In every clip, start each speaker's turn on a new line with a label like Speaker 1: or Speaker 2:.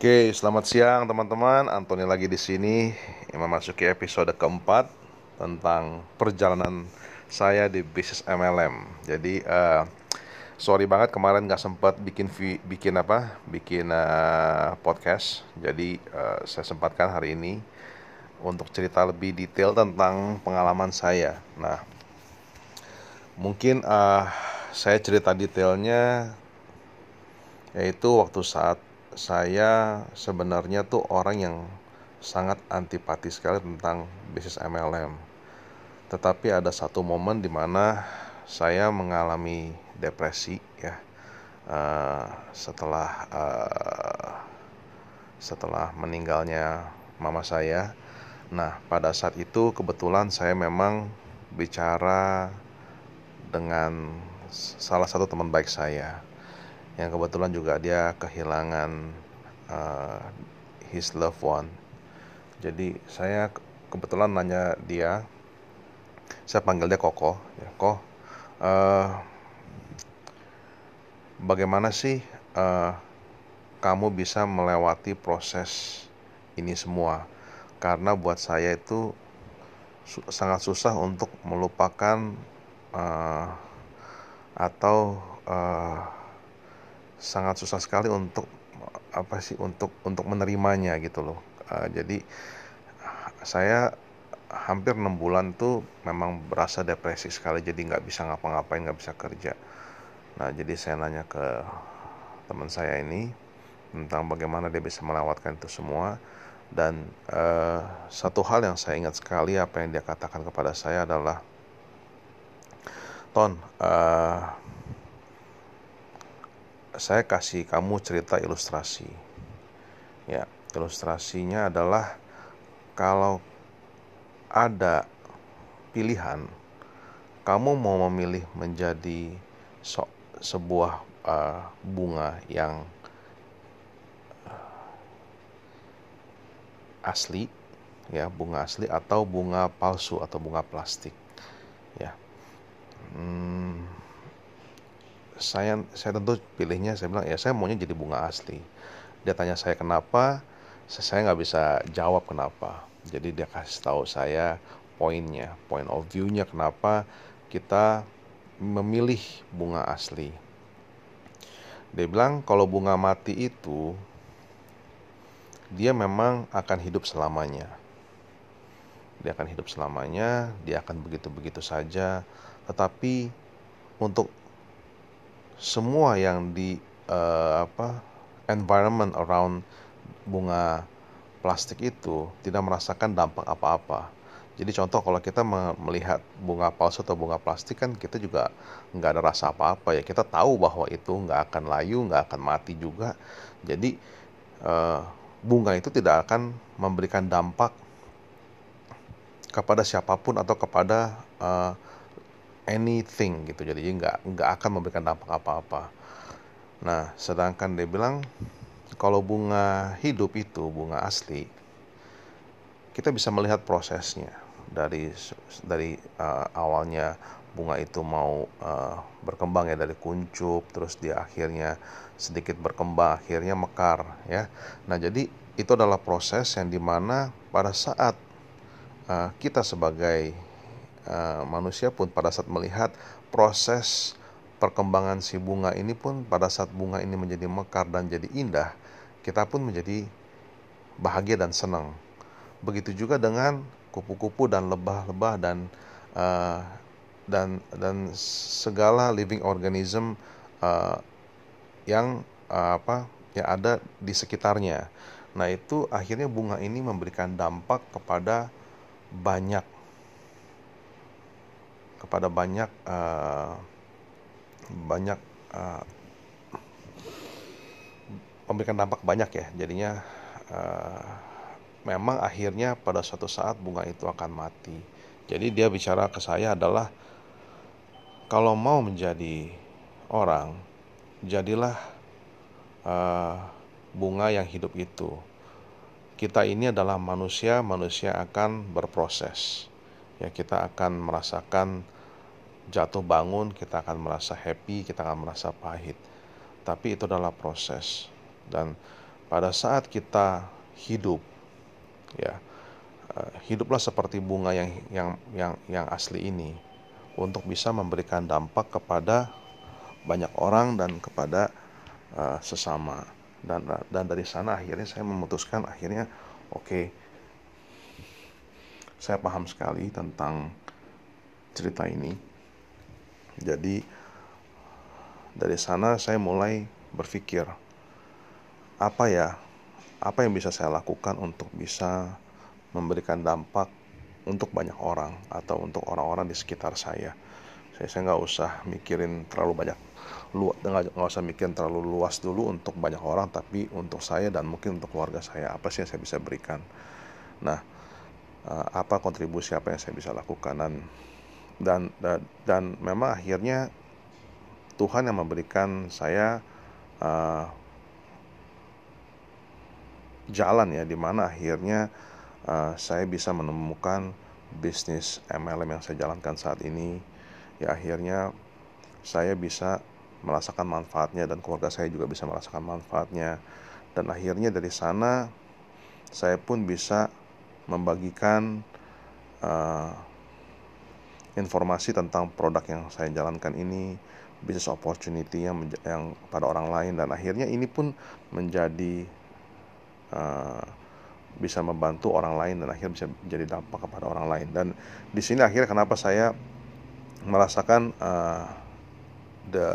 Speaker 1: Oke, selamat siang teman-teman. Antoni lagi di sini memasuki episode keempat tentang perjalanan saya di bisnis MLM. Jadi, sorry banget kemarin nggak sempat bikin podcast. Jadi, saya sempatkan hari ini untuk cerita lebih detail tentang pengalaman saya. Nah, mungkin saya cerita detailnya yaitu waktu saat saya sebenarnya tuh orang yang sangat antipati sekali tentang bisnis MLM. Tetapi ada satu momen di mana saya mengalami depresi ya, eh, setelah setelah meninggalnya mama saya. Nah, pada saat itu kebetulan saya memang bicara dengan salah satu teman baik saya yang kebetulan juga dia kehilangan uh, his loved one. Jadi saya kebetulan nanya dia, saya panggil dia Koko, ya, uh, bagaimana sih uh, kamu bisa melewati proses ini semua? Karena buat saya itu sangat susah untuk melupakan uh, atau sangat susah sekali untuk untuk menerimanya gitu loh. Jadi saya hampir 6 bulan tuh memang berasa depresi sekali, jadi nggak bisa ngapa-ngapain, nggak bisa kerja. Nah, jadi saya nanya ke teman saya ini tentang bagaimana dia bisa melewatkan itu semua. Dan satu hal yang saya ingat sekali, apa yang dia katakan kepada saya adalah, Ton, saya kasih kamu cerita ilustrasi. Ya, ilustrasinya adalah kalau ada pilihan, kamu mau memilih menjadi sebuah bunga yang asli, ya, bunga asli atau bunga palsu atau bunga plastik, ya. Saya tentu pilihnya, saya bilang ya saya maunya jadi bunga asli. Dia tanya saya kenapa, saya nggak bisa jawab kenapa. Jadi dia kasih tahu saya point of view-nya kenapa kita memilih bunga asli. Dia bilang kalau bunga mati itu dia memang akan hidup selamanya. Dia akan hidup selamanya, dia akan begitu-begitu saja. Tetapi untuk semua yang di environment around bunga plastik itu tidak merasakan dampak apa-apa. Jadi contoh kalau kita melihat bunga palsu atau bunga plastik kan kita juga nggak ada rasa apa-apa ya. Kita tahu bahwa itu nggak akan layu, nggak akan mati juga. Jadi bunga itu tidak akan memberikan dampak kepada siapapun atau kepada anything gitu. Jadi nggak akan memberikan dampak apa-apa. Nah, sedangkan dia bilang kalau bunga hidup itu bunga asli, kita bisa melihat prosesnya dari awalnya bunga itu mau berkembang ya, dari kuncup, terus dia akhirnya sedikit berkembang, akhirnya mekar ya. Nah, jadi itu adalah proses yang dimana pada saat kita sebagai manusia pun pada saat melihat proses perkembangan si bunga ini pun, pada saat bunga ini menjadi mekar dan jadi indah, kita pun menjadi bahagia dan senang. Begitu juga dengan kupu-kupu dan lebah-lebah uh, dan segala living organism yang yang ada di sekitarnya. Nah, itu akhirnya bunga ini memberikan dampak kepada banyak banyak memberikan dampak banyak ya. Jadinya memang akhirnya pada suatu saat bunga itu akan mati. Jadi dia bicara ke saya adalah, kalau mau menjadi orang, jadilah bunga yang hidup itu. Kita ini adalah manusia akan berproses. Ya, kita akan merasakan jatuh bangun, kita akan merasa happy, kita akan merasa pahit. Tapi itu adalah proses. Dan pada saat kita hidup, ya, hiduplah seperti bunga yang asli ini untuk bisa memberikan dampak kepada banyak orang dan kepada sesama. Dan dari sana akhirnya saya memutuskan, akhirnya oke, saya paham sekali tentang cerita ini. Jadi dari sana saya mulai berpikir, apa yang bisa saya lakukan untuk bisa memberikan dampak untuk banyak orang atau untuk orang-orang di sekitar saya. Saya nggak usah mikirin terlalu banyak, nggak usah mikirin terlalu luas dulu untuk banyak orang, tapi untuk saya dan mungkin untuk keluarga saya, apa sih yang saya bisa berikan. Nah, apa kontribusi apa yang saya bisa lakukan, dan memang akhirnya Tuhan yang memberikan saya jalan, ya, dimana akhirnya saya bisa menemukan bisnis MLM yang saya jalankan saat ini. Ya, akhirnya saya bisa merasakan manfaatnya dan keluarga saya juga bisa merasakan manfaatnya. Dan akhirnya dari sana saya pun bisa membagikan informasi tentang produk yang saya jalankan ini, business opportunity yang pada orang lain, dan akhirnya ini pun menjadi bisa membantu orang lain dan akhirnya bisa menjadi dampak kepada orang lain. Dan di sini akhirnya kenapa saya merasakan the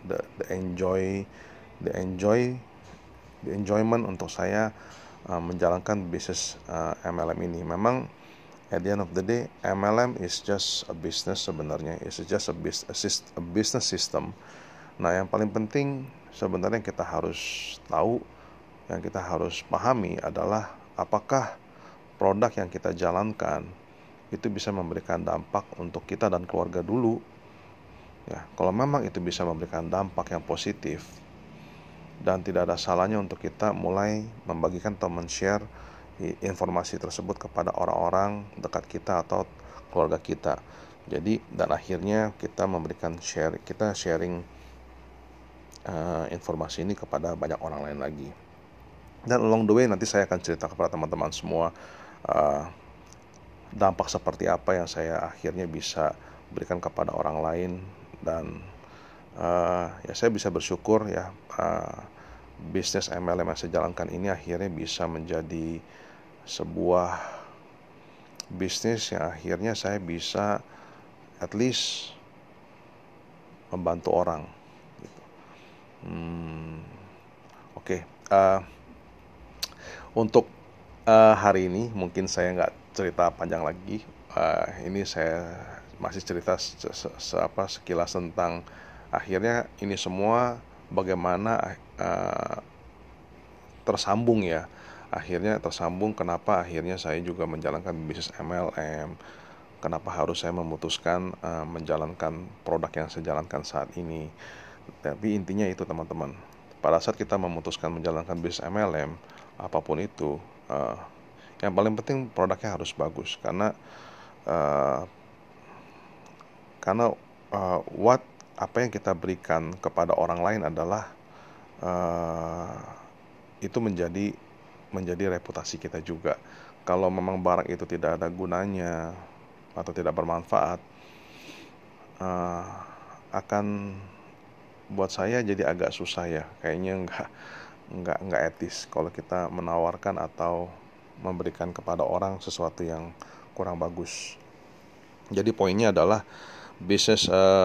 Speaker 1: enjoyment untuk saya menjalankan bisnis MLM ini. Memang at the end of the day, MLM is just a business sebenarnya. It's just a business system. Nah, yang paling penting sebenarnya yang kita harus tahu, yang kita harus pahami adalah apakah produk yang kita jalankan itu bisa memberikan dampak untuk kita dan keluarga dulu. Ya, kalau memang itu bisa memberikan dampak yang positif, dan tidak ada salahnya untuk kita mulai membagikan atau men-share informasi tersebut kepada orang-orang dekat kita atau keluarga kita. Jadi, dan akhirnya kita memberikan sharing informasi ini kepada banyak orang lain lagi. Dan along the way nanti saya akan cerita kepada teman-teman semua dampak seperti apa yang saya akhirnya bisa berikan kepada orang lain. Dan ya, saya bisa bersyukur, ya, bisnis MLM yang saya jalankan ini akhirnya bisa menjadi sebuah bisnis yang akhirnya saya bisa at least membantu orang gitu. Oke. Untuk hari ini mungkin saya nggak cerita panjang lagi. Ini saya masih cerita sekilas tentang akhirnya ini semua bagaimana tersambung, ya. Akhirnya tersambung kenapa akhirnya saya juga menjalankan bisnis MLM, kenapa harus saya memutuskan menjalankan produk yang saya jalankan saat ini. Tapi intinya itu, teman-teman, pada saat kita memutuskan menjalankan bisnis MLM apapun itu, yang paling penting produknya harus bagus, karena apa yang kita berikan kepada orang lain adalah itu menjadi reputasi kita juga. Kalau memang barang itu tidak ada gunanya atau tidak bermanfaat, akan buat saya jadi agak susah, ya. Kayaknya nggak etis kalau kita menawarkan atau memberikan kepada orang sesuatu yang kurang bagus. Jadi poinnya adalah bisnis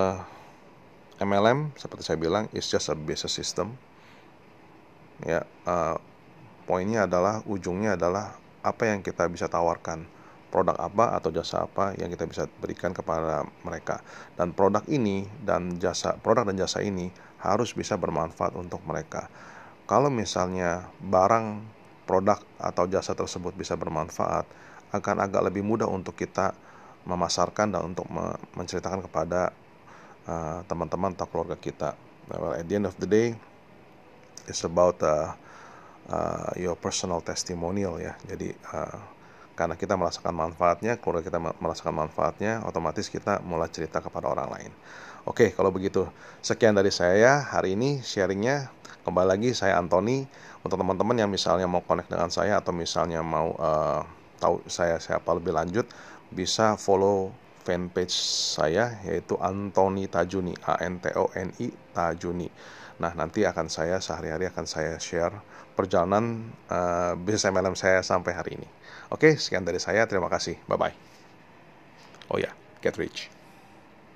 Speaker 1: MLM seperti saya bilang is just a business system. Ya, poinnya adalah, ujungnya adalah apa yang kita bisa tawarkan, produk apa atau jasa apa yang kita bisa berikan kepada mereka. Dan produk dan jasa ini harus bisa bermanfaat untuk mereka. Kalau misalnya barang, produk atau jasa tersebut bisa bermanfaat, akan agak lebih mudah untuk kita memasarkan dan untuk menceritakan kepada teman-teman atau keluarga kita. Well, at the end of the day, it's about your personal testimonial, ya. Jadi Karena kita merasakan manfaatnya, keluarga kita merasakan manfaatnya, otomatis kita mulai cerita kepada orang lain. Oke, kalau begitu, sekian dari saya hari ini sharingnya. Kembali lagi, saya Anthony. Untuk teman-teman yang misalnya mau connect dengan saya atau misalnya mau tahu saya siapa lebih lanjut, bisa follow fanpage saya, yaitu Anthony Tajuni, ANTONI Tajuni. Nah, nanti akan saya sehari-hari akan saya share perjalanan bisnis MLM saya sampai hari ini. Oke, sekian dari saya. Terima kasih. Bye-bye. Oh ya, get rich.